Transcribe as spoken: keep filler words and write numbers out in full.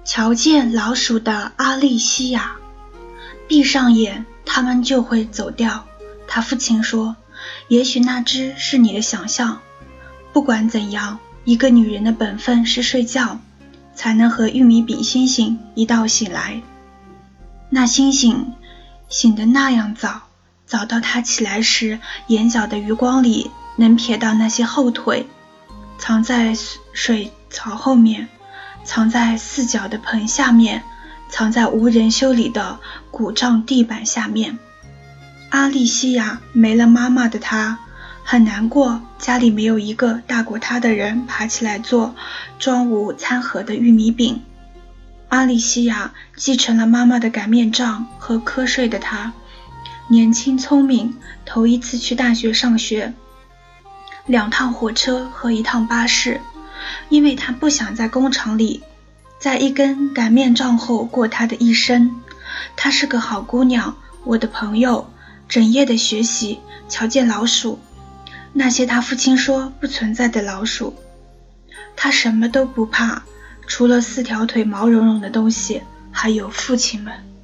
瞧见老鼠的阿丽西亚。闭上眼，它们就会走掉。他父亲说，也许那只是你的想象。不管怎样，一个女人的本分是睡觉，才能和玉米饼星星一道醒来。那星星醒得那样早，早到他起来时，眼角的余光里能瞥到那些后腿，藏在水槽后面，藏在四角的盆下面，藏在无人修理的古杖地板下面。阿丽西亚没了妈妈的她很难过，家里没有一个大过她的人爬起来做装午餐盒的玉米饼。阿丽西亚继承了妈妈的擀面杖和瞌睡的她，年轻聪明，头一次去大学上学，两趟火车和一趟巴士，因为她不想在工厂里在一根擀面杖后过她的一生。她是个好姑娘，我的朋友，整夜的学习，瞧见老鼠，那些她父亲说不存在的老鼠。她什么都不怕，除了四条腿毛茸茸的东西，还有父亲们。